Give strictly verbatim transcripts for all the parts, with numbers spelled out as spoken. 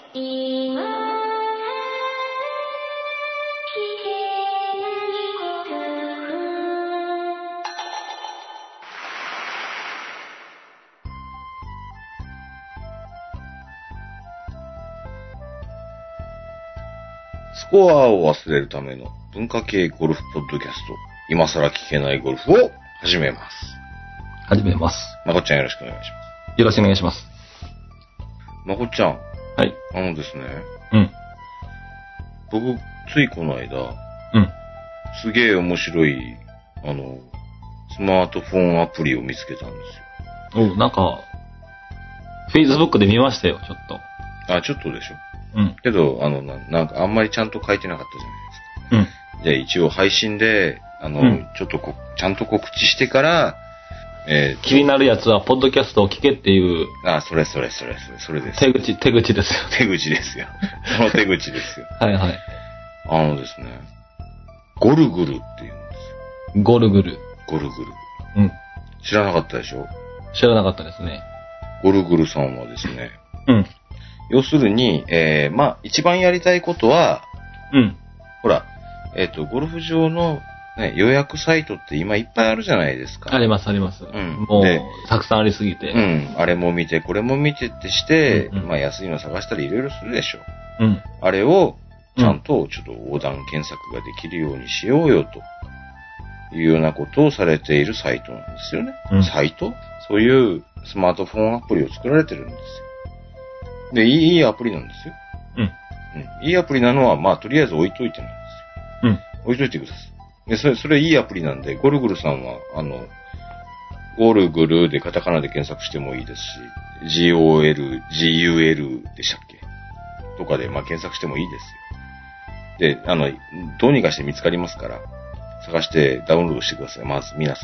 スコアを忘れるための文化系ゴルフポッドキャスト、今更聞けないゴルフを始めます。 始めます。 まこっちゃんよろしくお願いします。 よろしくお願いします。 まこっちゃん。 はい。 あのですね。 うん。 僕、ついこの間、 うん。 すげえ面白い、あの、スマートフォンアプリを見つけたんですよ。おう、なんか、Facebook で見ましたよ、ちょっと。 あ、ちょっとでしょ。 うん。 けど、あのな、なんかあんまりちゃんと書いてなかったじゃないですか。うん。じゃあ一応配信で、あの、うん、ちょっとこ、ちゃんと告知してから、えー、 気になるやつは、ポッドキャストを聞けっていう。 あ、それそれそれそれ、それです。 手口、手口ですよ。 手口ですよ。その手口ですよ。 はいはい。 あのですね、ゴルグルって言うんですよ。 ゴルグル。 ゴルグル。 うん。 知らなかったでしょ？ 知らなかったですね。 ゴルグルさんはですね、 うん。 要するに、えー、まあ、一番やりたいことは、 うん。 ほら、えっと、ゴルフ場の、ね、予約サイトって今いっぱいあるじゃないですか。 ありますあります。 うん。 もう、たくさんありすぎて。 うん。あれも見て、これも見てってして、 うんうん、 まあ安いの探したりいろいろするでしょ。 うん。 あれを、ちゃんとちょっと横断検索ができるようにしようよというようなことをされているサイトなんですよね。 うん、 サイト？そういうスマートフォンアプリを作られてるんですよ。で、いい、いいアプリなんですよ。 うん。 うん。いいアプリなのは、まあとりあえず置いといてなんですよ。うん。置いといてください。で、それ、それいいアプリなんで、ゴルグルさんは、あの、ゴルグルでカタカナで検索してもいいですし、ジーオーエル、ジーユーエル でしたっけとかで、まあ検索してもいいですよ。で、あの、どうにかして見つかりますから、探してダウンロードしてください。まず、皆さん。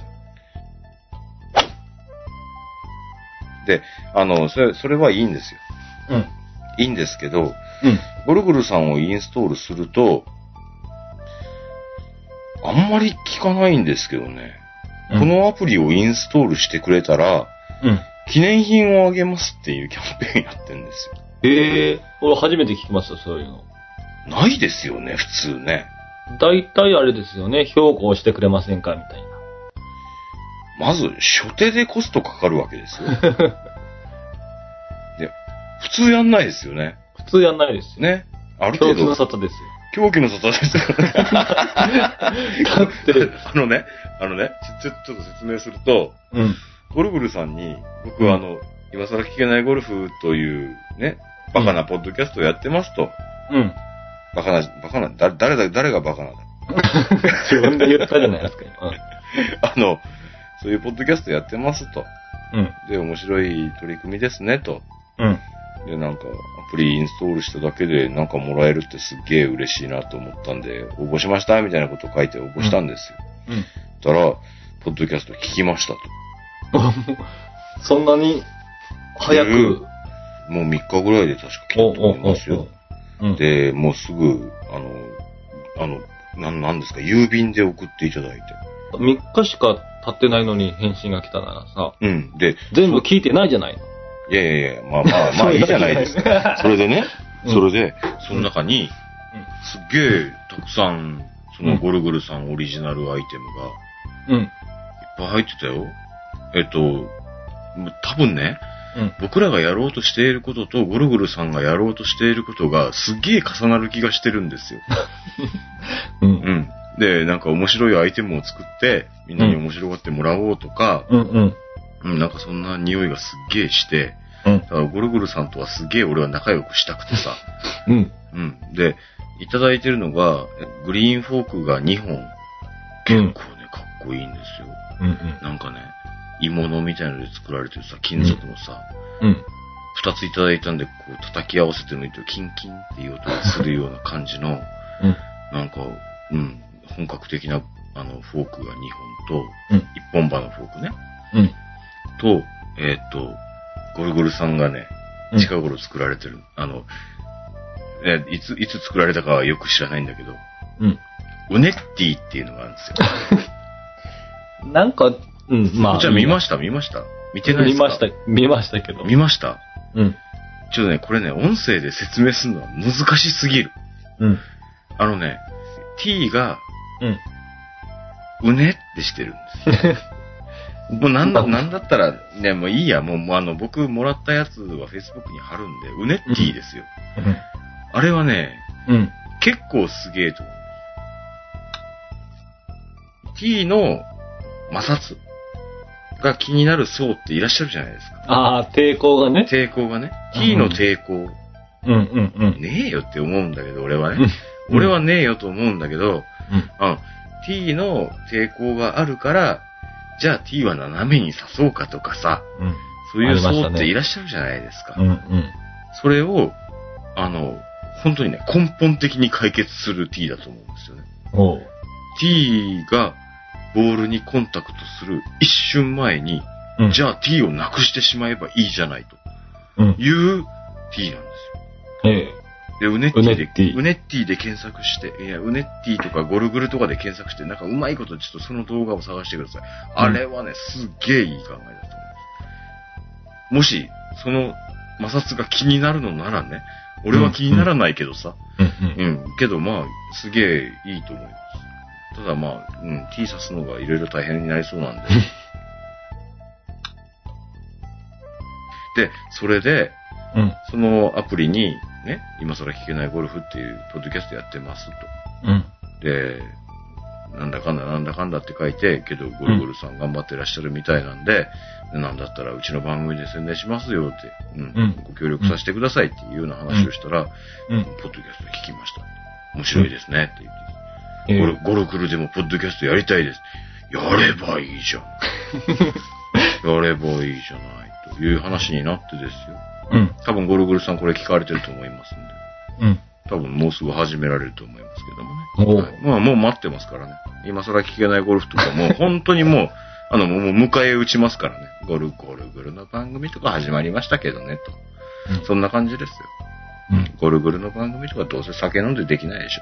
で、あの、それ、それはいいんですよ。 うん。 いいんですけど、 うん。 ゴルグルさんをインストールすると、あんまり聞かないんですけどね。うん、このアプリをインストールしてくれたら、 うん。 記念品をあげますっていうキャンペーンやってるんですよ。 ええー、俺初めて聞きました、そういうの。 ないですよね、普通ね。 だいたいあれですよね、評価をしてくれませんかみたいな。 まず、初手でコストかかるわけですよ。で、普通やんないですよね。 普通やんないですよ。 ね。ある程度。 狂気の沙汰ですよ。 狂気の沙汰ですよね。だって、あのね、あのね、ちょ、ちょっと説明すると、 うん。 ゴルグルさんに、僕はあの、うん、今更聞けないゴルフというね、バカなポッドキャストをやってますと。 うん。 バカな、バカな、だ、誰だ、誰がバカなんだ自分で言ったじゃないですか、今。うん、 あの、そういうポッドキャストやってますと。 うん。 で、面白い取り組みですね、と。 うん。 で、なんか、アプリインストールしただけでなんかもらえるってすっげえ嬉しいなと思ったんで、応募しましたみたいなことを書いて応募したんですよ。 うん。うん、 たら、ポッドキャスト聞きましたと。 そんなに、早く。 もうみっかぐらいで確か聞いたと思いますよ。うん、で、もうすぐ、あの、あの、な、なんですか、郵便で送っていただいて。 みっかしか経ってないのに返信が来たならさ。 うん。で、 全部聞いてないじゃないの。 いやいやいや、まあまあまあいいじゃないですか。それでね、うん、それで、その中に、すっげえたくさん、そのゴルグルさんオリジナルアイテムが、うん。いっぱい入ってたよ。えっと、多分ね、うん、僕らがやろうとしていることとゴルグルさんがやろうとしていることがすっげえ重なる気がしてるんですよ。うん。うん。で、なんか面白いアイテムを作って、みんなに面白がってもらおうとか、 うんうん。 うん、なんかそんな匂いがすっげえして、うん。だからゴルグルさんとはすっげえ俺は仲良くしたくてさ。 うん。 うん。で、いただいてるのが、グリーンフォークがにほん。結構ね、かっこいいんですよ。 うんうん。 なんかね、鋳物みたいなので作られてるさ、金属のさ、 うん。 二ついただいたんで、こう叩き合わせてみると、キンキンっていう音がするような感じの、 うん。 なんか、うん、本格的な、あの、フォークがにほんと、 うん。 一本刃のフォークね。 うん。 と、えっと、ゴルゴルさんがね、近頃作られてる、うん、あの、え、いつ、いつ作られたかはよく知らないんだけど、 うん。 ウネッティっていうのがあるんですよ。なんか、うん、まあ。 じゃあ見ました見ました見てないですか？ 見ました、見ましたけど。 見ました？ うん。 ちょっとね、これね、音声で説明するのは難しすぎる。 うん。 あのね、t が、 うん。 うねってしてるんですよ。もうなんだ、なんだったら、ね、もういいや、もう、もうあの、僕もらったやつは Facebook に貼るんで、うねっ t ですよ。 うん。 あれはね、 うん。 結構すげえと思う。t の摩擦が気になる層っていらっしゃるじゃないですか。 ああ、抵抗がね。 抵抗がね。t の抵抗。 うんうんうん。 ねえよって思うんだけど、俺はね。うん、俺はねえよと思うんだけど、うん、あの t の抵抗があるから、じゃあ t は斜めに刺そうかとかさ、うん、そういう層っていらっしゃるじゃないですか。 うんうん、 それを、あの、本当にね、根本的に解決する t だと思うんですよね。 おう t がボールにコンタクトする一瞬前に、うん、じゃあ t をなくしてしまえばいいじゃないという t なんですよ。 ええ。 で、うねっ t で、うねっ t で検索して、いや、うねっ t とかゴルグルとかで検索して、なんかうまいことちょっとその動画を探してください。あれはね、すっげえいい考えだと思います。もし、その摩擦が気になるのならね、俺は気にならないけどさ、うん、うん、うん。けどまあ、すげえいいと思います。ただまあ、うん、t 刺すのがいろいろ大変になりそうなんで。で、それで、 うん、 そのアプリに、ね、今更聞けないゴルフっていうポッドキャストやってますと。 うん、 で、なんだかんだなんだかんだって書いて、けどゴルゴルさん頑張ってらっしゃるみたいなんで、うん、なんだったらうちの番組で宣伝しますよって、うんうん、ご協力させてくださいっていうような話をしたら、うんうん、ポッドキャスト聞きました。面白いですねって言って、えー、ゴル、ゴルクルでもポッドキャストやりたいです。やればいいじゃん。やればいいじゃないという話になってですよ。 うん。 多分ゴルゴルさんこれ聞かれてると思いますんで。 うん。 多分もうすぐ始められると思いますけどもね。はい、まあもう待ってますからね。今更聞けないゴルフとかも本当にもう、あのもう迎え撃ちますからね。ゴルゴルゴルの番組とか始まりましたけどねと。うん、そんな感じですよ。うん。ゴルゴルの番組とかどうせ酒飲んでできないでしょ。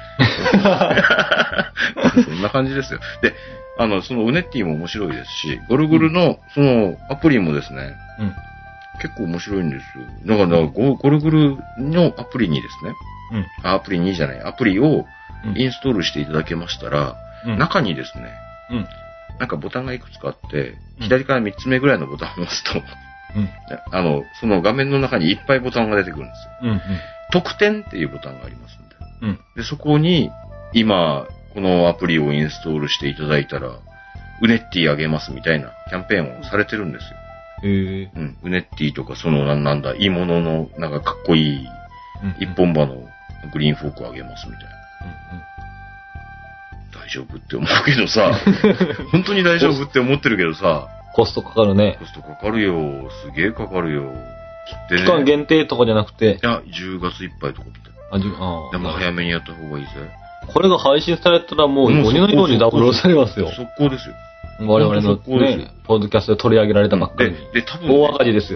そんな感じですよ。で、あの、そのウネッティも面白いですし、ゴルゴルのそのアプリもですね、 うん、 結構面白いんですよ。だから、ゴ, ゴルゴルのアプリにですね、 うん、 アプリにじゃない、アプリをインストールしていただけましたら、うん、中にですね、 うん、 なんかボタンがいくつかあって、左からみっつめぐらいのボタンを押すと、 うん、 あの、その画面の中にいっぱいボタンが出てくるんですよ。うんうん、 特典っていうボタンがありますんで。 うん、 で、そこに、今、このアプリをインストールしていただいたら、ウネッティあげますみたいなキャンペーンをされてるんですよ。 へー。 うん。ウネッティとか、そのな、なんだ、いいものの、なんかかっこいい、一本刃のグリーンフォークあげますみたいな。 うんうん、 大丈夫って思うけどさ、本当に大丈夫って思ってるけどさ、 コストかかるね。 コストかかるよ。すげえかかるよ。 で、ね、期間限定とかじゃなくて。 いや、じゅうがついっぱいとかみたいな。 あ、じゅう、ああ。 でも早めにやった方がいいぜ。 これが配信されたらもう鬼のようにダウンロードされますよ。 速攻ですよ。 我々のね、ポッドキャストで取り上げられたばっかりに。 で、で、多分、ね、 大赤字ですよ。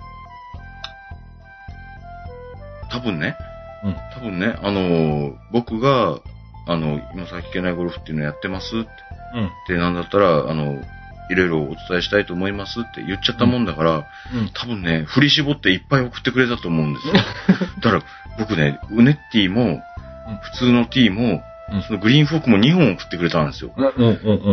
多分ね、 うん、 多分ね、あのー、僕が、あの、今さ聞けないゴルフっていうのやってますって。 うん。 で、なんだったら、あの、いろいろお伝えしたいと思いますって言っちゃったもんだから、 うん、 多分ね、振り絞っていっぱい送ってくれたと思うんですよ。だから、僕ね、ウネッティも、普通の T も、うん、そのグリーンフォークもにほん送ってくれたんですよ。 うんうんうん。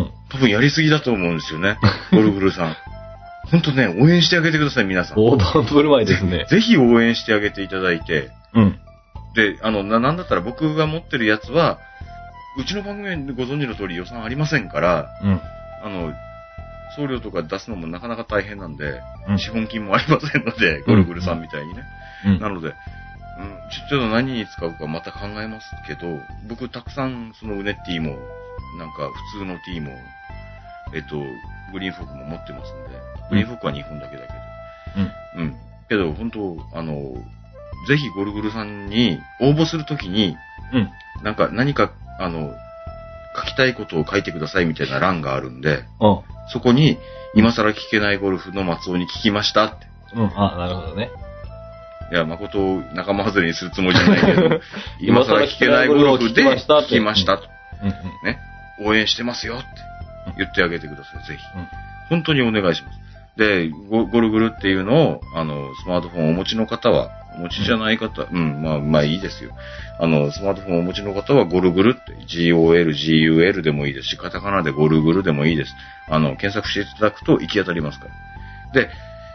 多分やりすぎだと思うんですよね。ゴルフルさん。ほんとね、応援してあげてください、皆さん。 大盤振る舞いですね。 ぜひ応援してあげていただいて。 うん。 で、あの、な、なんだったら僕が持ってるやつは、うちの番組はご存知の通り予算ありませんから、 うん。 あの、送料とか出すのもなかなか大変なんで、 うん、 資本金もありませんので、ゴルフルさんみたいにね。 うん、 なので、うん、ちょっと何に使うかまた考えますけど、僕たくさんそのウネッティも、なんか普通の T も、えっと、グリーンフォークも持ってますんで、グリーンフォークはにほんだけだけど。 うん。 うん。けど、本当あの、ぜひゴルグルさんに応募するときに、 うん。 なんか何か、あの、書きたいことを書いてくださいみたいな欄があるんで、 うん。 そこに、今更聞けないゴルフの松尾に聞きましたって。 うん。あ、なるほどね。 いや、誠を仲間外れにするつもりじゃないけど、今更聞けないゴルフで聞きましたと。 うんうん、 ね。応援してますよって言ってあげてください、ぜひ。 うん、 本当にお願いします。 で、ゴ, ゴルグルっていうのを、あの、スマートフォンをお持ちの方は、お持ちじゃない方、うん、うん、まあ、まあいいですよ。あの、スマートフォンをお持ちの方は、ゴルグルって、ジーオーエル、ジーユーエル でもいいですし、カタカナでゴルグルでもいいです。あの、検索していただくと行き当たりますから。で、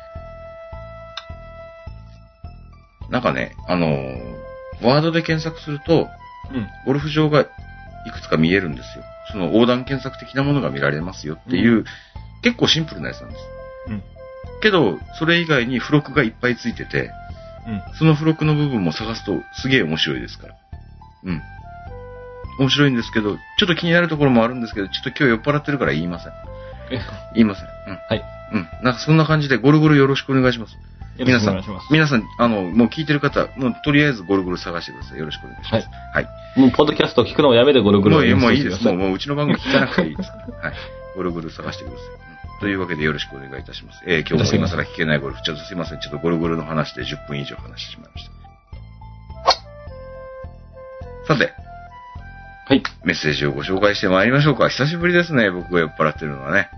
なんかね、あの、ワードで検索すると、うん、ゴルフ場がいくつか見えるんですよ。その横断検索的なものが見られますよっていう、うん、結構シンプルなやつなんです。うん、けど、それ以外に付録がいっぱいついてて、うん、その付録の部分も探すとすげえ面白いですから。うん。面白いんですけど、ちょっと気になるところもあるんですけど、ちょっと今日酔っ払ってるから言いません。言いません。うん。はい。うん。なんかそんな感じでゴルゴルよろしくお願いします。皆さん、皆さん、あの、もう聞いてる方、もうとりあえずゴルゴル探してください。よろしくお願いします。はい。はい、もう、ポッドキャスト聞くのをやめてゴルゴルをもう、もういいです。もう、もううちの番組聞かなくていいですから。はい。ゴルゴル探してください。うん、というわけでよろしくお願いいたします。えー、今日も今更聞けないゴルフ、ちょっとすいません。ちょっとゴルゴルの話でじゅっぷん以上話してしまいました。さて。はい。メッセージをご紹介してまいりましょうか。久しぶりですね。僕が酔っ払ってるのはね。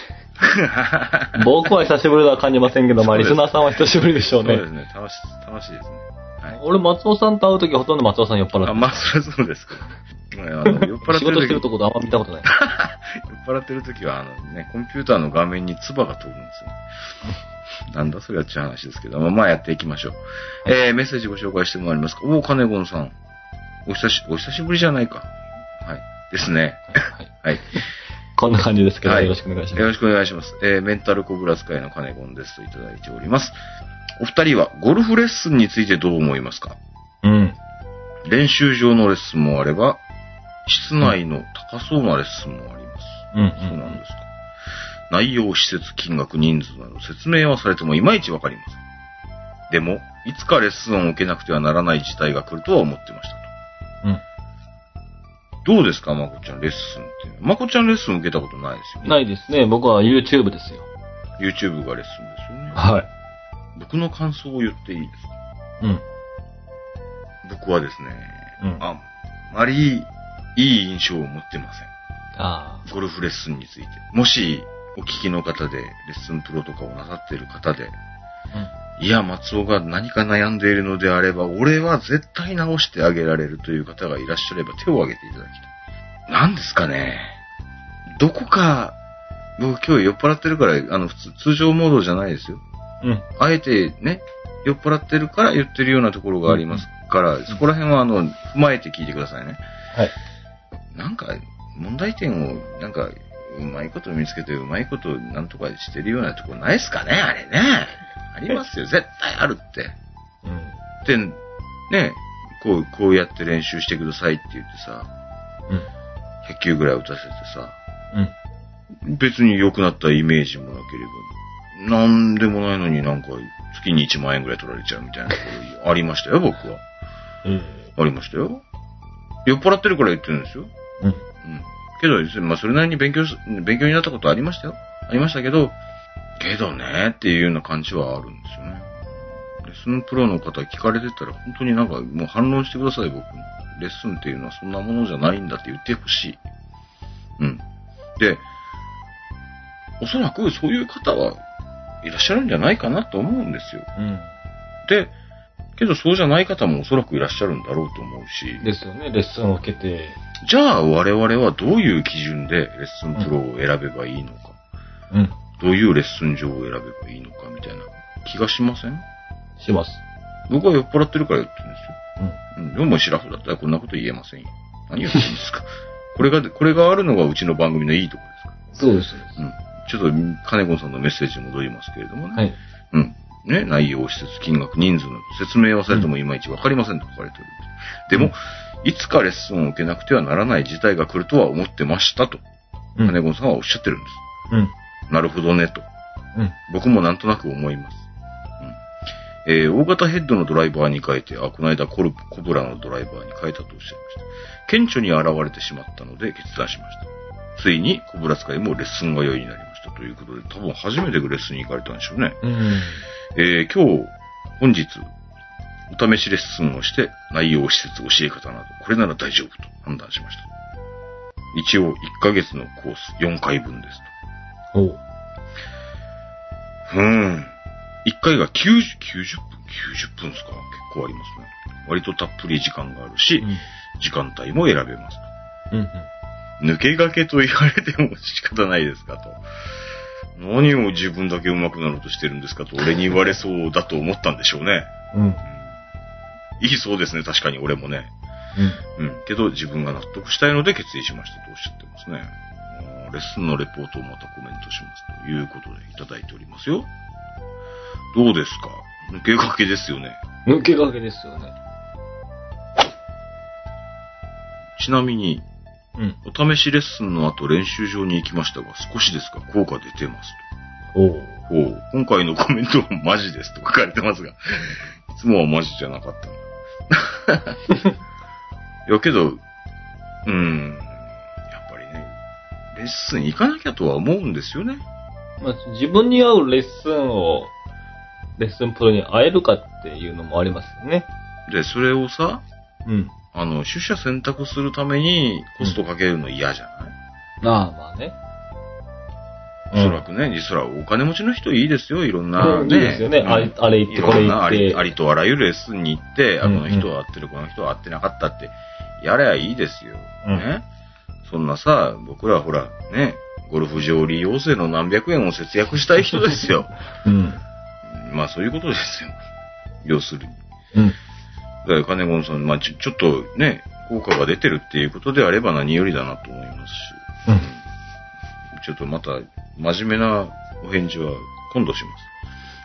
僕は久しぶりとは感じませんけど、まあ、リスナーさんは久しぶりでしょうね。 そうですね。楽し、楽しいですね。 はい、俺、松尾さんと会うときほとんど松尾さん酔っ払ってる。 あ、まあ、それはそうですけど、ね。あの、酔っ払ってる時。 仕事してるところあんま見たことない。 酔っ払ってるときは、あのね、コンピューターの画面に唾が通るんですよ。なんだそれはっちゅう話ですけど、まあ、やっていきましょう。えー、メッセージご紹介してもらいますか。おー、金子さん。お久し、お久しぶりじゃないか。はい。ですね。はい。はい。 こんな感じですけど、はい、よろしくお願いします。 よろしくお願いします。えー、メンタルコブラ使いの金子ですといただいております。お二人はゴルフレッスンについてどう思いますか？うん。練習場のレッスンもあれば、室内の高そうなレッスンもあります。うん。そうなんですか。内容、施設、金額、人数など説明はされてもいまいちわかりません。でも、いつかレッスンを受けなくてはならない事態が来るとは思ってましたと。うん。どうですか、まこちゃん、レッスンって。まこちゃんレッスン受けたことないですよね。 ないですね。僕は YouTube ですよ。 YouTube がレッスンですよね。 はい。 僕の感想を言っていいですか？うん。僕はですね、うん、あまりいい印象を持ってません。ああ。ゴルフレッスンについて。もし、お聞きの方で、レッスンプロとかをなさっている方で、うん、いや、松尾が何か悩んでいるのであれば、俺は絶対直してあげられるという方がいらっしゃれば手を挙げていただきたい。何ですかね。どこか、僕今日酔っ払ってるから、あの、普通、通常モードじゃないですよ。うん。あえてね、酔っ払ってるから言ってるようなところがありますから、うん、そこら辺はあの、踏まえて聞いてくださいね。はい。なんか、問題点を、なんか、うまいこと見つけて、うまいことなんとかしてるようなところないですかね、あれね。ありますよ、絶対あるって。うん。で、ね、こう、こうやって練習してくださいって言ってさ、うん。ひゃっきゅうぐらい打たせてさ、うん。別に良くなったイメージもなければ、なんでもないのになんか月にいちまんえんぐらい取られちゃうみたいなところありましたよ、僕は。うん。ありましたよ。酔っ払ってるから言ってるんですよ。うん。うん。けど、まあそれなりに勉強、勉強になったことありましたよ。ありましたけど、けどねっていうような感じはあるんですよね。レッスンプロの方聞かれてたら本当になんかもう反論してください、僕。レッスンっていうのはそんなものじゃないんだって言ってほしい。うん。で、おそらくそういう方はいらっしゃるんじゃないかなと思うんですよ。うん。で、けどそうじゃない方もおそらくいらっしゃるんだろうと思うし。 ですよね、レッスンを受けて。 じゃあ我々はどういう基準でレッスンプロを選べばいいのか。うん。どういうレッスン場を選べばいいのかみたいな気がしません？ します。 僕は酔っ払ってるから言ってるんですよ。うん。でもシラフだったらこんなこと言えませんよ。何言ってるんですか。これが、これがあるのがうちの番組のいいところですか。そうです。 うん。ちょっと、金子さんのメッセージに戻りますけれどもね。はい。うん。ね、内容、施設、金額、人数など説明はされてもいまいちわかりませんと書かれております。でも、うん、いつかレッスンを受けなくてはならない事態が来るとは思ってましたと、うん、金子さんはおっしゃってるんです。うん。なるほどねと。うん。僕もなんとなく思います。うん。えー、大型ヘッドのドライバーに変えて、あ、この間コルコブラのドライバーに変えたとおっしゃいました。顕著に現れてしまったので決断しました。ついにコブラ使いもレッスンが良いになりましたということで、多分初めてレッスンに行かれたんでしょうね。うん、えー、今日、本日、お試しレッスンをして、内容、施設、教え方など、これなら大丈夫と判断しました。一応、いっかげつのコースよんかいぶんですと。おうん。いっかいがきゅうじゅう、きゅうじゅっぷん ?きゅうじゅっぷんですか？結構ありますね。割とたっぷり時間があるし、うん、時間帯も選べます。うんうん、抜け駆けと言われても仕方ないですかと。何を自分だけ上手くなろうとしてるんですかと俺に言われそうだと思ったんでしょうね。うん。うん、いいそうですね、確かに俺もね。うん。うん。けど自分が納得したいので決意しましたとおっしゃってますね。レッスンのレポートをまたコメントしますということでいただいておりますよ。どうですか？抜け駆けですよね。 抜け駆けですよね。 ちなみに、うん、お試しレッスンの後練習場に行きましたが少しですが効果出てますと。おうおう今回のコメントはマジですと書かれてますが、いつもはマジじゃなかったんだ。いやけど、うん、やっぱりね、レッスン行かなきゃとは思うんですよね。 まあ、自分に合うレッスンを、レッスンプロに会えるかっていうのもありますよね。 で、それをさ、うん。あの、取捨選択するためにコストかけるの嫌じゃない？ うん、ああ、まあね。 おそらくね、実はお金持ちの人いいですよ、いろんなね。 いいですよね。うん、あれ、あれ行ってこれ行って。 いろんなあり、ありとあらゆるレッスンに行って、あの人は合ってる、この人は合ってなかったって、やればいいですよ。うん、ね。そんなさ、僕らほら、ね、ゴルフ場利用税の何百円を節約したい人ですよ。うん。まあそういうことですよ。要するに。うん。だから金子さん、まあちょ、ちょっとね、効果が出てるっていうことであれば何よりだなと思いますし。うん。ちょっとまた、真面目なお返事は今度します。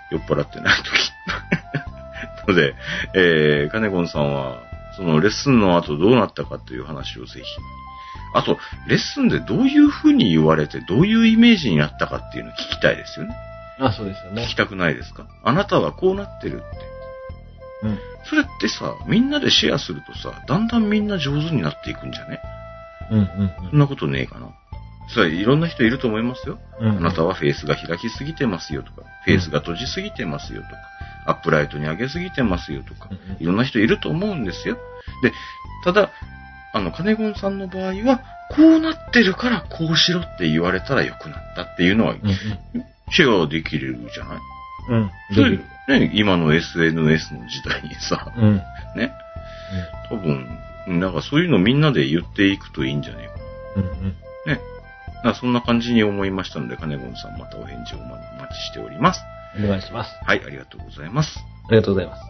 酔っ払ってないとき。ので、えー、金子さんは、そのレッスンの後どうなったかという話をぜひ。あと、レッスンでどういう風に言われて、どういうイメージになったかっていうのを聞きたいですよね。 あ、そうですよね。 聞きたくないですか？あなたはこうなってるって。うん。それってさ、みんなでシェアするとさ、だんだんみんな上手になっていくんじゃね？うんうん、うん。そんなことねえかな。それいろんな人いると思いますよ。うんうん、あなたはフェイスが開きすぎてますよとか、フェイスが閉じすぎてますよとか、アップライトに上げすぎてますよとか、いろんな人いると思うんですよ。で、ただ、あの、金子さんの場合は、こうなってるからこうしろって言われたら良くなったっていうのは、うんうん、シェアできるじゃない？うん。それ、ね、今の エスエヌエス の時代にさ、うん、ね、うん。多分、なんかそういうのみんなで言っていくといいんじゃねえかな。うんうん、ね。そんな感じに思いましたので、金子さんまたお返事をお待ちしております。 お願いします。 はい、ありがとうございます。 ありがとうございます。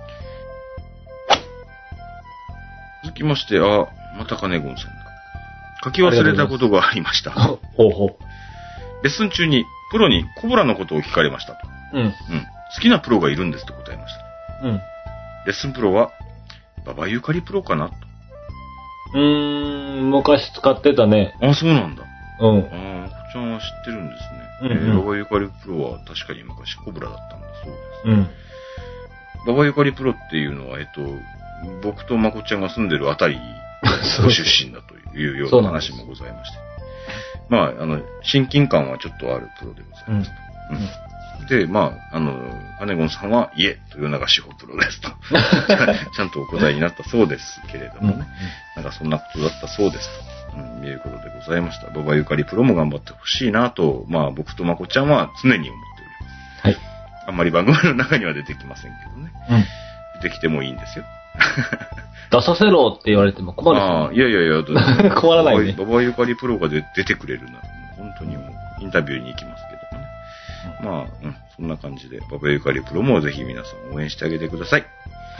続きまして、あ、また金子さんだ。書き忘れたことがありました。ほうほう。レッスン中にプロにコブラのことを聞かれましたと。うん。うん。好きなプロがいるんですと答えました。うん。レッスンプロは、ババユカリプロかなと。 うーん、昔使ってたね。 あ、そうなんだ。うん。ああ、こちゃんは知ってるんですね。うんうん、えー、ババユカリプロは確かに昔コブラだったんだそうです。うん。ババユカリプロっていうのは、えっと、僕とまこちゃんが住んでるあたりご出身だというような話もございまして。まあ、あの、親近感はちょっとあるプロでございますと。うんうん、で、まあ、あの、金子さんは、いえ、豊永志保プロですと。ちゃんとお答えになったそうですけれどもね。うんうん、なんかそんなことだったそうですと、うん、いうことでございました。ババユカリプロも頑張ってほしいなと、まあ僕とまこちゃんは常に思っております。はい。あんまり番組の中には出てきませんけどね。うん。出てきてもいいんですよ。 出させろって言われても困る。 ああ、いやいやいや、 困らないね。 ババユカリプロがで出てくれるなら、本当にもうインタビューに行きますけどもね。うん、まあ、うん、そんな感じで、ババユカリプロもぜひ皆さん応援してあげてください。はい。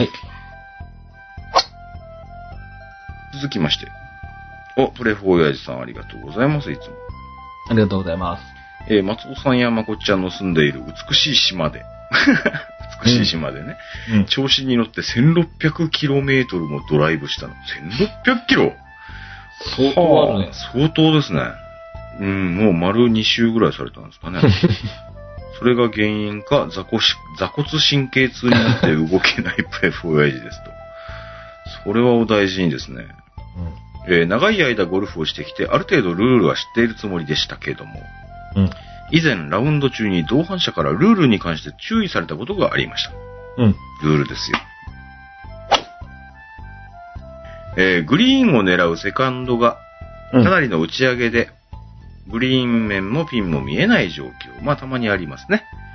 続きまして。お、プレフォー親父さんありがとうございます、いつも。 ありがとうございます。 えー、松尾さんやまこっちゃんの住んでいる美しい島で。美しい島でね、うん、調子に乗ってせんろっぴゃくキロメートルもドライブしたの。せんろっぴゃくキロ相当あるね。 相当ですね。うん、もう丸に周ぐらいされたんですかね。それが原因か、座骨、座骨神経痛になって動けないプレフォー親父ですと。それはお大事にですね。うん、えー、長い間ゴルフをしてきて、ある程度ルールは知っているつもりでしたけれども、うん、以前ラウンド中に同伴者からルールに関して注意されたことがありました。うん。ルールですよ。えー、グリーンを狙うセカンドがかなりの打ち上げで、うん、グリーン面もピンも見えない状況。まあたまにありますね。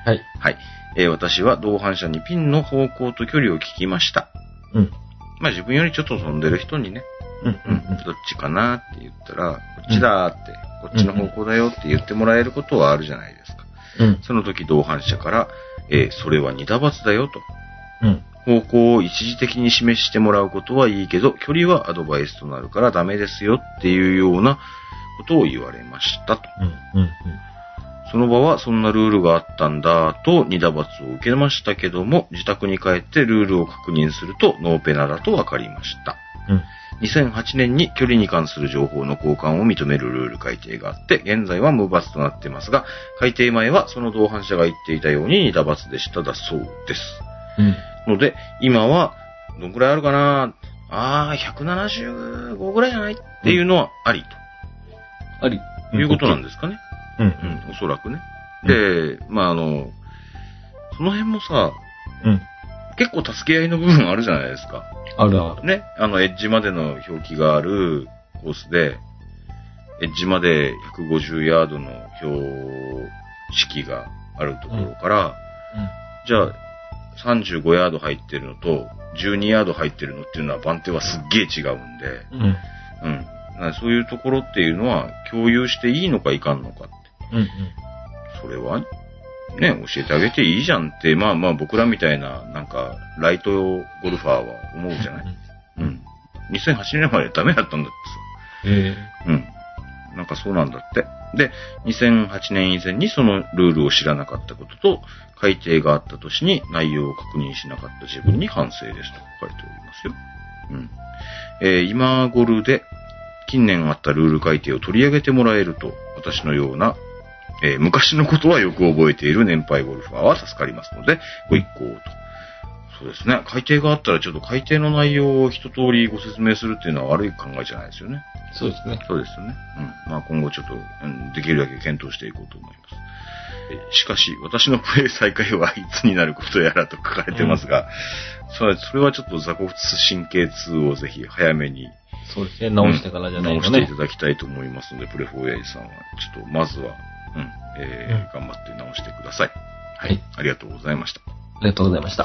はい。 はい。えー、私は同伴者にピンの方向と距離を聞きました。うん。まあ自分よりちょっと飛んでる人にね、うん、うん、うん、どっちかなって言ったら、こっちだって、うん、こっちの方向だよって言ってもらえることはあるじゃないですか。うん。その時同伴者から、えー、それは二打罰だよと。うん。方向を一時的に示してもらうことはいいけど、距離はアドバイスとなるからダメですよっていうようなことを言われましたと。うん。うん。うん。その場はそんなルールがあったんだと二打罰を受けましたけども、自宅に帰ってルールを確認するとノーペナだと分かりました。うん。にせんはちねんに距離に関する情報の交換を認めるルール改定があって、現在は無罰となっていますが、改定前はその同伴者が言っていたように二打罰でしただそうです。うん。ので、今は、どんくらいあるかなああ、ひゃくななじゅうごぐらいじゃないっていうのはありと。 あり。 いうことなんですかね。うん、うん、おそらくね。で、まあ、あの、その辺もさ、うん。結構助け合いの部分あるじゃないですか。 あるある。 ね。あの、エッジまでの表記があるコースで、エッジまでひゃくごじゅうヤードの標識があるところから、うんうん、じゃあ、さんじゅうごヤード入ってるのと、じゅうにヤード入ってるのっていうのは番手はすっげえ違うんで、うん。うん。そういうところっていうのは共有していいのかいかんのかって。うんうん。それは、ね、教えてあげていいじゃんって、まあまあ僕らみたいな、なんか、ライトゴルファーは思うじゃない、うん、うん。にせんはちねんまでダメだったんだってさ。へえ。うん。なんかそうなんだって。で、にせんはちねん以前にそのルールを知らなかったことと、改定があった年に内容を確認しなかった自分に反省ですと書いておりますよ。うん。えー、今頃で近年あったルール改定を取り上げてもらえると、私のような、えー、昔のことはよく覚えている年配ゴルファーは助かりますので、ご一行と。そうですね。改定があったらちょっと改定の内容を一通りご説明するっていうのは悪い考えじゃないですよね。 そうですね。 そうですよね。うん。まあ今後ちょっと、うん、できるだけ検討していこうと思います。しかし、私のプレイ再開はいつになることやらと書かれてますが、うん、それ、それはちょっと座骨神経痛をぜひ早めに。 そうですね、直してからじゃないとね、うん。直していただきたいと思いますので、プレフォーエイさんは、ちょっとまずは、うん、えーうん、頑張って直してください。はい。ありがとうございました。 ありがとうございました。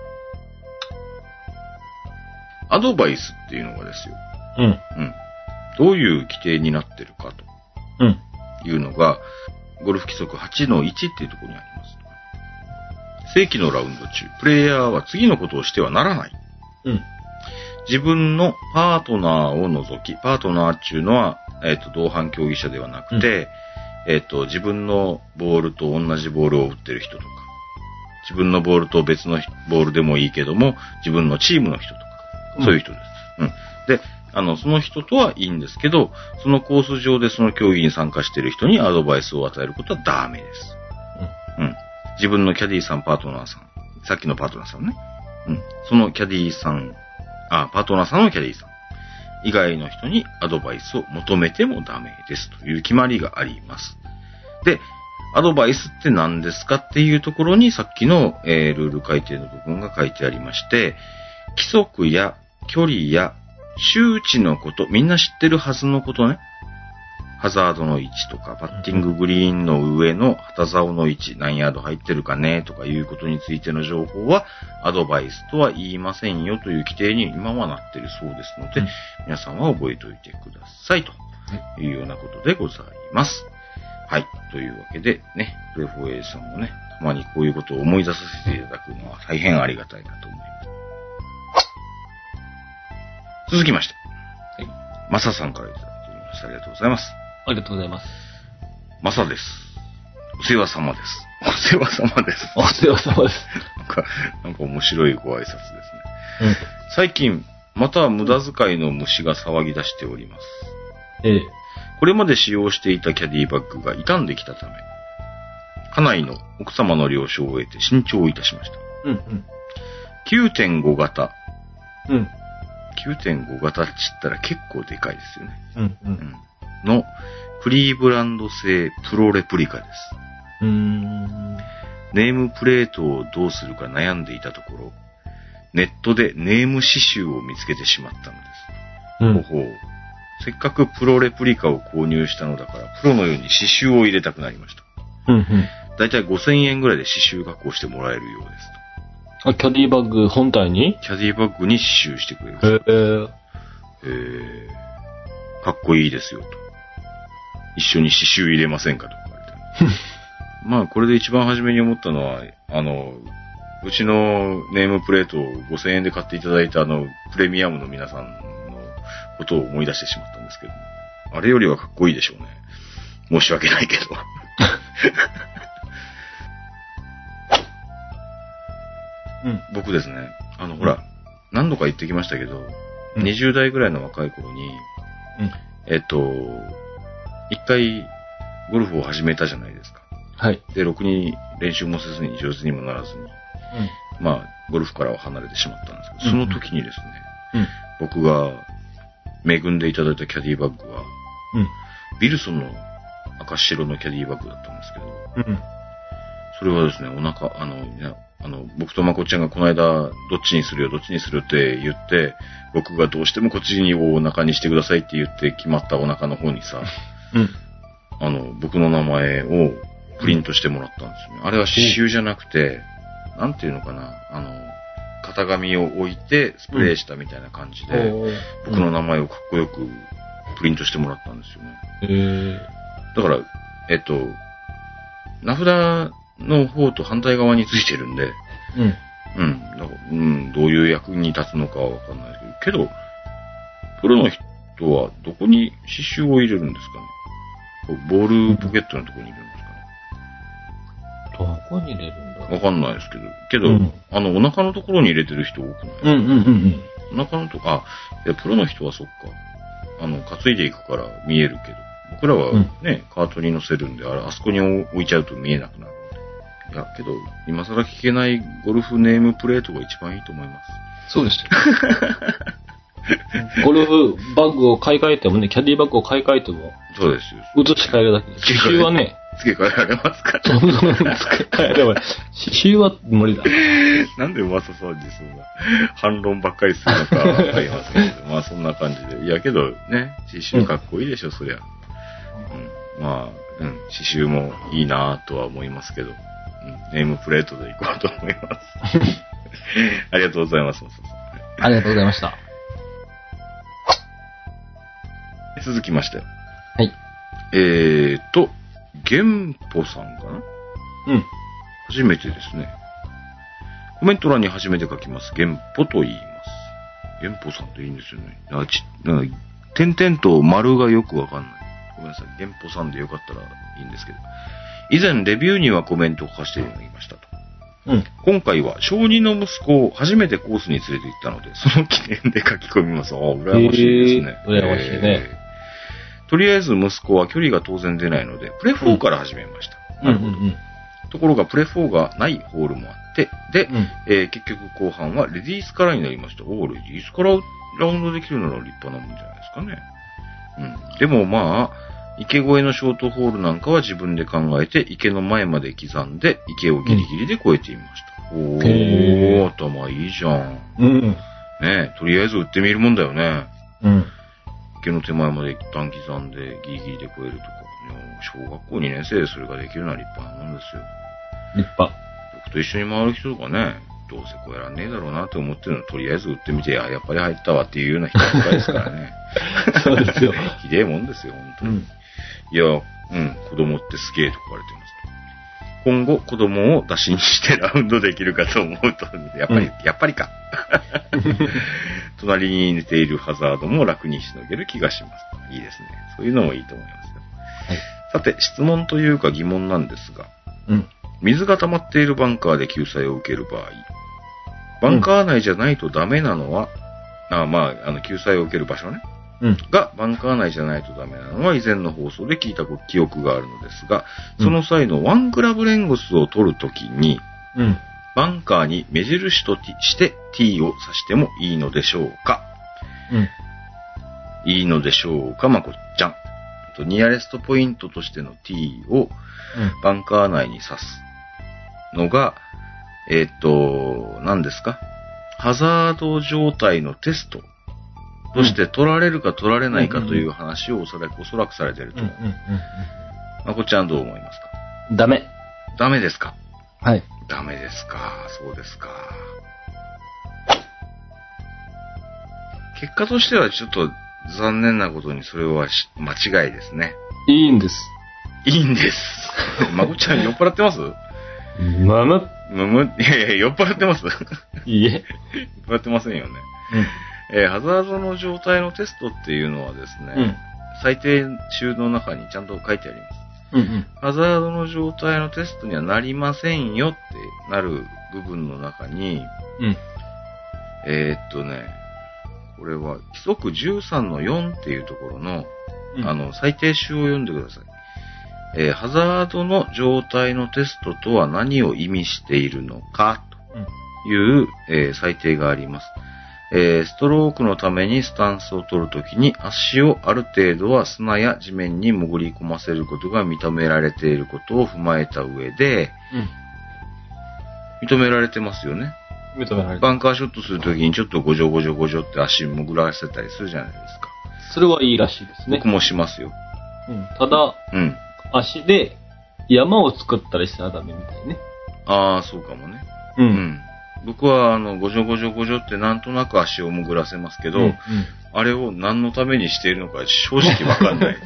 アドバイスっていうのがですよ。うん。うん。どういう規定になってるかと。うん。いうのが、ゴルフ規則 はちのいち っていうところにあります。正規のラウンド中、プレイヤーは次のことをしてはならない。うん。自分のパートナーを除き、パートナーっていうのは、えっと、同伴競技者ではなくて、うん、えっと、自分のボールと同じボールを打ってる人とか、自分のボールと別のボールでもいいけども、自分のチームの人とか、そういう人です。うん。で、あの、その人とはいいんですけど、そのコース上でその競技に参加している人にアドバイスを与えることはダメです。うん。うん。自分のキャディーさん、パートナーさん。さっきのパートナーさんね。うん。そのキャディーさん、あ、パートナーさんのキャディーさん以外の人にアドバイスを求めてもダメですという決まりがあります。で、アドバイスって何ですかっていうところにさっきの、えー、ルール改定の部分が書いてありまして、規則や距離や周知のこと、みんな知ってるはずのことね。ハザードの位置とか、パッティンググリーンの上の旗竿の位置、何ヤード入ってるかね、とかいうことについての情報は、アドバイスとは言いませんよという規定に今はなっているそうですので、うん、皆さんは覚えておいてくださいというようなことでございます。はい。というわけでね、プレフォーエイさんもね、たまにこういうことを思い出させていただくのは大変ありがたいなと思います。続きまして。はい。マサさんからいただいておりました。ありがとうございます。 ありがとうございます。 マサです。お世話様です。お世話様です。 お世話様です。 なんか、なんか面白いご挨拶ですね。うん。最近、また無駄遣いの虫が騒ぎ出しております。ええ。これまで使用していたキャディバッグが傷んできたため、家内の奥様の了承を得て新調いたしました。うんうん。きゅうてんご 型。うん。きゅうてんご 型って言ったら結構でかいですよね。うんうん。うん、の、クリーブランド製プロレプリカです。うーん。ネームプレートをどうするか悩んでいたところ、ネットでネーム刺繍を見つけてしまったのです。うん、ほほう。せっかくプロレプリカを購入したのだから、プロのように刺繍を入れたくなりました。うんうん、 だいたいごせんえんぐらいで刺繍加工してもらえるようですと。あ、キャディバッグ本体にキャディバッグに刺繍してくれる。 へー。 えー、かっこいいですよと。一緒に刺繍入れませんかと言われて。まあこれで一番初めに思ったのは、あの、うちのネームプレートをごせんえんで買っていただいたあの、プレミアムの皆さんのことを思い出してしまったんですけども。あれよりはかっこいいでしょうね。申し訳ないけど。うん、僕ですね、あの、うん、ほら、何度か言ってきましたけど、うん、にじゅう代ぐらいの若い頃に、うん、えっと、一回ゴルフを始めたじゃないですか。 はい。 で、ろくに練習もせずに上手にもならずに、うん、まあ、ゴルフからは離れてしまったんですけど、その時にですね、うん、僕が恵んでいただいたキャディバッグは、うん、ビルソンの赤白のキャディバッグだったんですけど、うん、それはですね、お腹、あの、いやあの、僕とまこっちゃんがこの間、どっちにするよ、どっちにするって言って、僕がどうしてもこっちにお腹にしてくださいって言って決まったお腹の方にさ、うん、あの、僕の名前をプリントしてもらったんですよね。あれは刺繍じゃなくて、なんていうのかな、あの、型紙を置いてスプレーしたみたいな感じで、うん、僕の名前をかっこよくプリントしてもらったんですよね。 へー。 だから、えっと、名札の方と反対側についてるんで、うん。うん。なんかうん、どういう役に立つのかはわかんないけど、けど、プロの人はどこに刺繍を入れるんですかね。ボールポケットのところに入れるんですかね。どこに入れるんだわかんないですけど、けど、うん、あの、お腹のところに入れてる人多くないですか、 うんうんうんうん。 お腹のとこ、あ、いや、プロの人はそっか。あの、担いでいくから見えるけど、僕らはね、うん、カートに乗せるんで、あれ、あそこに置いちゃうと見えなくなる。いや、けど、今更聞けないゴルフネームプレートが一番いいと思います。 そうですよ。ゴルフバッグを買い替えてもね、キャディバッグを買い替えても、 そうですよ。 移し替えるだけで。刺繍はね、 付け替えられますから。 付け替えれば、刺繍は無理だ。 なんでうまさそうにそんな反論ばっかりするのかわかりませんけど、まあそんな感じで。いやけどね、刺繍かっこいいでしょ、うん、そりゃ。うん、まあ、うん、刺繍もいいなぁとは思いますけど。ネームプレートでいこうと思います。ありがとうございます。 ありがとうございました。 続きまして。 はい。 えーと、ゲンポさんかな？ うん。 初めてですね。コメント欄に初めて書きます。ゲンポと言います。ゲンポさんっていいんですよね。あちなんか点々と丸がよくわかんない。ごめんなさい。ゲンポさんでよかったらいいんですけど。以前レビューにはコメントを書かせていただきましたと。うん。今回は小児の息子を初めてコースに連れて行ったので、その記念で書き込みます。ああ、羨ましいですね。 羨ましいね、えー。とりあえず息子は距離が当然出ないので、プレフォーから始めました。 うん、なるほど、うんうんうん。 ところがプレフォーがないホールもあって、で、うん、えー、結局後半はレディースカラーになりました。おー、レディースカラーラウンドできるなら立派なもんじゃないですかね。うん。でもまあ、池越えのショートホールなんかは自分で考えて池の前まで刻んで池をギリギリで越えていました。うん、おー、頭いいじゃん。 うん。 ねえ、とりあえず打ってみるもんだよね。 うん。 池の手前まで一旦刻んでギリギリで越えるとか。小学校にねん生でそれができるのは立派なもんですよ。 立派。 僕と一緒に回る人とかね、どうせこうやらんねえだろうなって思ってるのとりあえず打ってみて、あ、やっぱり入ったわっていうような人ばっかりですからね。 そうですよ。 ひでえもんですよ、本当に。うんいや、うん、子供ってすげえと書かれてますと。今後、子供を出しにしてラウンドできるかと思うと、やっぱり、うん、やっぱりか。隣に寝ているハザードも楽にしのげる気がします。いいですね。そういうのもいいと思いますよ。はい、さて、質問というか疑問なんですが、 うん、 水が溜まっているバンカーで救済を受ける場合、バンカー内じゃないとダメなのは、うん、あまあ、あの、救済を受ける場所ね。 うん、 が、バンカー内じゃないとダメなのは以前の放送で聞いた記憶があるのですが、その際のワンクラブレングスを取るときに、 うん、 バンカーに目印として T を指してもいいのでしょうか、 うん、 いいのでしょうか、まこっちゃん。とニアレストポイントとしての T をバンカー内に指すのが、えっと、何ですか？ハザード状態のテスト。として取られるか取られないかという話をおそらく、おそらくされていると思う。まこちゃんどう思いますか？ ダメ。 ダメですか？ はい。 ダメですか。そうですか。結果としてはちょっと残念なことにそれは間違いですね。 いいんです。 いいんです。まこちゃん酔っ払ってます？ むむむむ、いやいや、酔っ払ってます？ いいえ。 酔っ払ってませんよね。うん。えー、ハザードの状態のテストっていうのはですね、うん、最低中の中にちゃんと書いてあります。うんうん、ハザードの状態のテストにはなりませんよってなる部分の中に、うん、えー、っとね、これは規則じゅうさんのよんっていうところの、うん、あの、最低種を読んでください。えー、ハザードの状態のテストとは何を意味しているのかという、うんえー、最低があります。えー、ストロークのためにスタンスを取るときに足をある程度は砂や地面に潜り込ませることが認められていることを踏まえた上で、うん、認められてますよね。 認められてバンカーショットするときにちょっとゴジョゴジョゴジョって足潜らせたりするじゃないですか。 それはいいらしいですね。 僕もしますよ。 うん、ただ、うん、足で山を作ったりしたらダメみたいね。 ああ、そうかもね。うん。うん僕は、あの、ごじょごじょごじょってなんとなく足を潜らせますけど、うんうん、あれを何のためにしているのか正直わかんないです。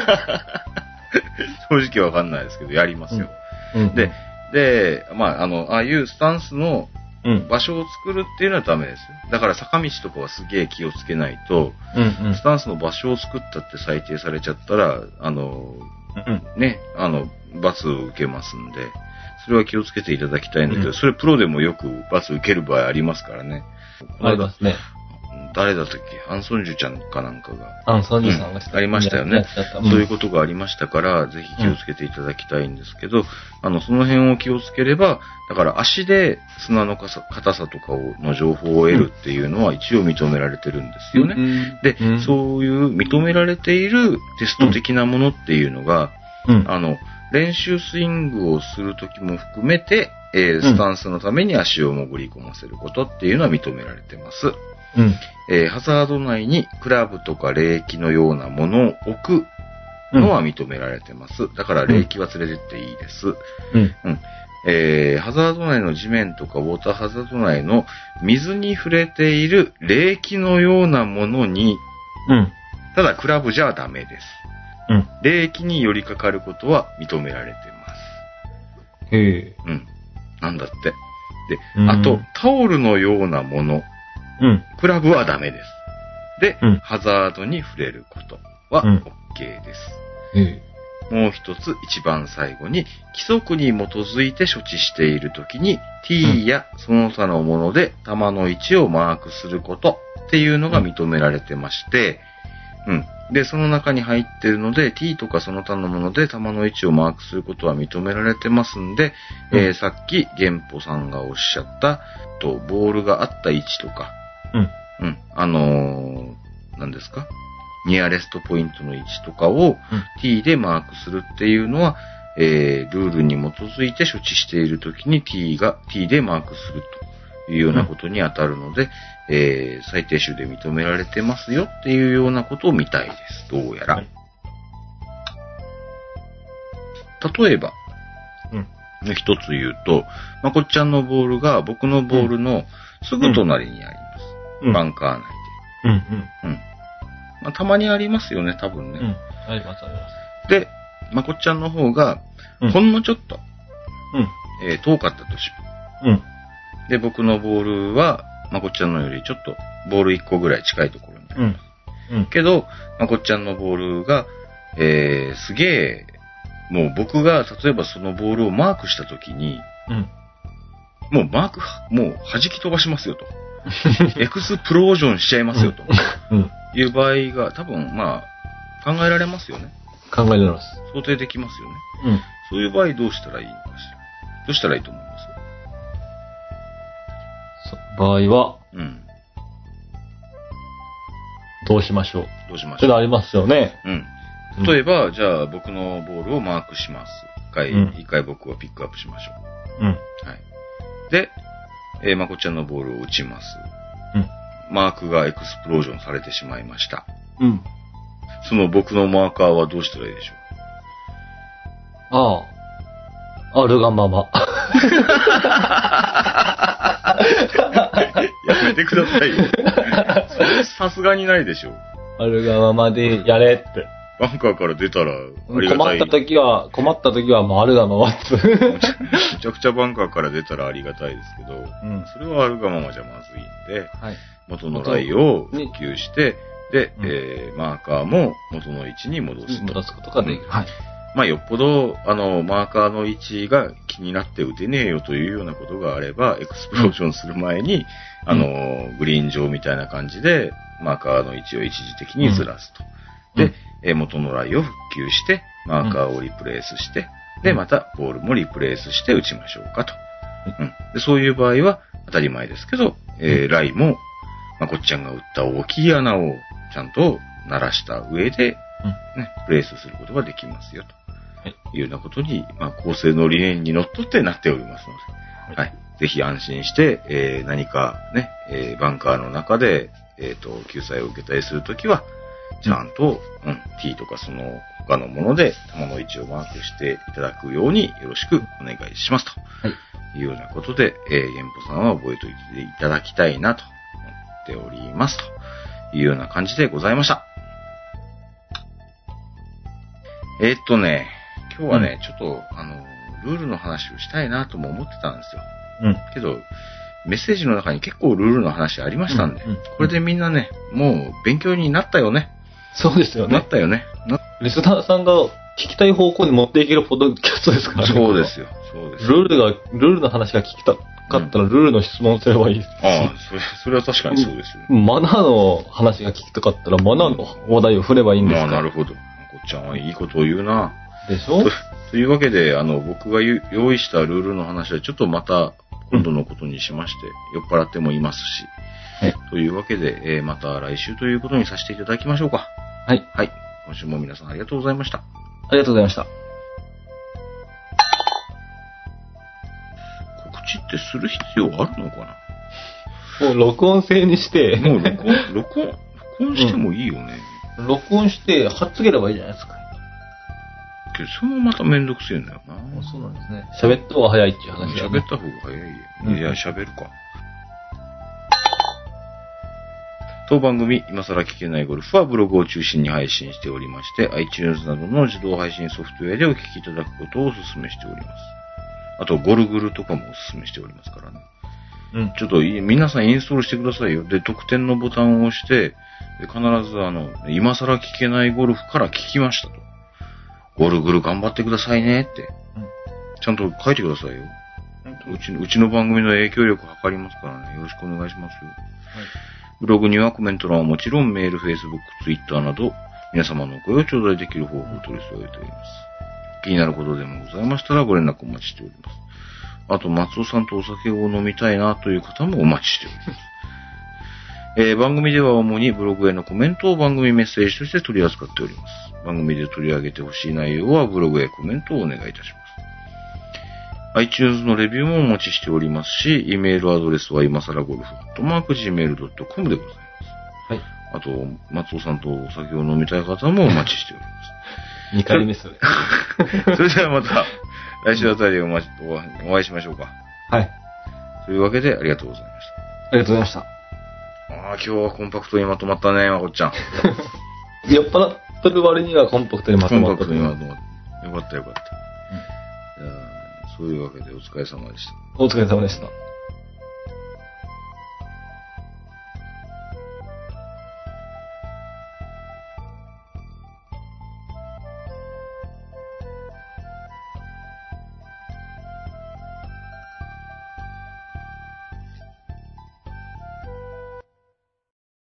正直わかんないですけど、やりますよ。うんうんうん、で、で、まあ、あの、ああいうスタンスの場所を作るっていうのはダメですよ。だから坂道とかはすげえ気をつけないと、うんうん、スタンスの場所を作ったって裁定されちゃったら、あの、うん、ね、あの、罰を受けますんで、それは気をつけていただきたいんだけど、うん、それプロでもよく罰受ける場合ありますからね。 ありますね。 誰だったっけアンソンジュちゃんかなんかが。 アンソンジュさんが、 うん、ありましたよね、うん。そういうことがありましたから、ぜひ気をつけていただきたいんですけど、うん、あの、その辺を気をつければ、だから足で砂の硬さとかをの情報を得るっていうのは一応認められてるんですよね。うん、で、うん、そういう認められているテスト的なものっていうのが、うん、あの、練習スイングをするときも含めて、えー、スタンスのために足を潜り込ませることっていうのは認められてます。うんえー、ハザード内にクラブとか霊気のようなものを置くのは認められてます。だから霊気は連れてっていいです。うんうんえー、ハザード内の地面とかウォーターハザード内の水に触れている霊気のようなものに、うん、ただクラブじゃダメです。うん、霊気に寄りかかることは認められてます。 へえ。 うん。なんだって。で、あと、タオルのようなもの。うん。クラブはダメです。で、うん、ハザードに触れることは OK です。うん、もう一つ、一番最後に、規則に基づいて処置しているときに、T やその他のもので弾の位置をマークすることっていうのが認められてまして、うん。で、その中に入っているので、T とかその他のもので弾の位置をマークすることは認められてますんで、うん、えー、さっき、玄歩さんがおっしゃった、と、ボールがあった位置とか、うん。うん。あのー、何ですか？ニアレストポイントの位置とかを T でマークするっていうのは、えー、ルールに基づいて処置しているときに T が T でマークするというようなことに当たるので、うんえー、最低種で認められてますよっていうようなことを見たいです。どうやら。はい、例えば、うん、一つ言うと、まこっちゃんのボールが僕のボールのすぐ隣にあります。うん、バンカー内で。うんうんうんまあ、たまにありますよね、多分ね。うん、 ありますあります。 で、まこっちゃんの方が、ほんのちょっと、うんえー、遠かったとします。うん、で、僕のボールは、まこっちゃんのよりちょっとボールいっこぐらい近いところにあります。うんうん、けど、まこっちゃんのボールが、えー、すげえ、もう僕が例えばそのボールをマークしたときに、うん、もうマーク、もう弾き飛ばしますよと。エクスプロージョンしちゃいますよと。うん、いう場合が多分まあ考えられますよね。 考えられます。 想定できますよね。うん、そういう場合どうしたらいいのかしら。どうしたらいいと思います場合は、うん。どうしましょう。 どうしましょう。 それありますよね。 うん。例えば、うん、じゃあ僕のボールをマークします。一回、うん、一回僕はピックアップしましょう。うん。はい。で、えー、まこちゃんのボールを打ちます。うん。マークがエクスプロージョンされてしまいました。うん。その僕のマーカーはどうしたらいいでしょう。 ああ。 あるがまま。 やめてくださいよ。それさすがにないでしょ。 あるがままでやれって。 バンカーから出たらありがたい。 困った時は、困った時はもうあるがままって。 めちゃくちゃバンカーから出たらありがたいですけど、うん、それはあるがままじゃまずいんで、はい、元のライを復旧して、で、うん、えー、マーカーも元の位置に戻すと。 戻すことができる。はい。 まあ、よっぽど、あの、マーカーの位置が気になって打てねえよというようなことがあれば、エクスプロージョンする前に、うん、あの、グリーン上みたいな感じで、マーカーの位置を一時的にずらすと。うん、で、え元のライを復旧して、マーカーをリプレイスして、うん、で、またボールもリプレイスして打ちましょうかと。うん、でそういう場合は当たり前ですけど、えー、ライも、まあ、こっちゃんが打った大きい穴をちゃんと鳴らした上で、ね、プレイスすることができますよというようなことに、まあ、構成の理念にのっとってなっておりますので、はい、ぜひ安心して、えー、何かね、えー、バンカーの中で、えっと、救済を受けたりするときは、ちゃんと、うん、T とかその他のもので球の位置をマークしていただくようによろしくお願いしますと。はい。いうようなことで、えー、ゲンポさんは覚えておいていただきたいなと思っておりますというような感じでございました。えー、っとね、今日はね、うん、ちょっと、あの、ルールの話をしたいなとも思ってたんですよ。うん。けど、メッセージの中に結構ルールの話ありましたんで、うんうん、これでみんなね、もう勉強になったよね。 そうですよね。 なったよね。 リスナーさんが聞きたい方向に持っていけるポッドキャストですからね。 そうですよ。そうです。 ルールが、ルールの話が聞きたかったら、ルールの質問すればいいです。 ああ、それ、それは確かにそうですよ、 ね。マナーの話が聞きたかったら、マナーの話題を振ればいいんですか。 まあ、なるほど。こっちゃんはいいことを言うな。 でしょと, というわけで、あの、僕が用意したルールの話はちょっとまた、今度のことにしまして、酔っ払ってもいますし。はい。というわけで、えー、また来週ということにさせていただきましょうか。 はい。 はい。今週も皆さんありがとうございました。ありがとうございました。 告知ってする必要あるのかな？もう録音制にして。 もう録音、録音、録音してもいいよね。 うん、録音して、貼っつければいいじゃないですか。 けど、それもまためんどくせえんだよな。 そうなんですね。喋った方が早いっていう話だね。喋った方が早いよ。うん、いや、喋るか。当番組、今更聞けないゴルフはブログを中心に配信しておりまして、iTunes などの自動配信ソフトウェアでお聞きいただくことをお勧めしております。あと、ゴルグルとかもお勧めしておりますからね。うん。ちょっと、皆さんインストールしてくださいよ。で、特典のボタンを押して、で必ずあの、今更聞けないゴルフから聞きましたと。ゴルグル頑張ってくださいねって。うん、ちゃんと書いてくださいよ。うち、うちの番組の影響力測りますからね。よろしくお願いしますよ。はい、ブログにはコメント欄はもちろんメール、Facebook、Twitter など皆様のお声を頂戴できる方法を取り添えております。気になることでもございましたらご連絡お待ちしております。あと、松尾さんとお酒を飲みたいなという方もお待ちしております。えー、番組では主にブログへのコメントを番組メッセージとして取り扱っております。番組で取り上げてほしい内容はブログへコメントをお願いいたします。iTunes のレビューもお待ちしておりますし、E メールアドレスは今更ゴルフ アットマークジーメールドットコム でございます。はい。あと、松尾さんとお酒を飲みたい方もお待ちしております。 にかいめそれ。 それではまた、来週あたりお待ち、お会いしましょうか。 はい。 というわけで、ありがとうございました。 ありがとうございました。 ああ、今日はコンパクトにまとまったね、まこっちゃん。 酔っ払ってる割にはコンパクトにまとまった。コンパクトにまとまった。よかったよかった。うん、そういうわけでお疲れ様でした。 お疲れ様でした。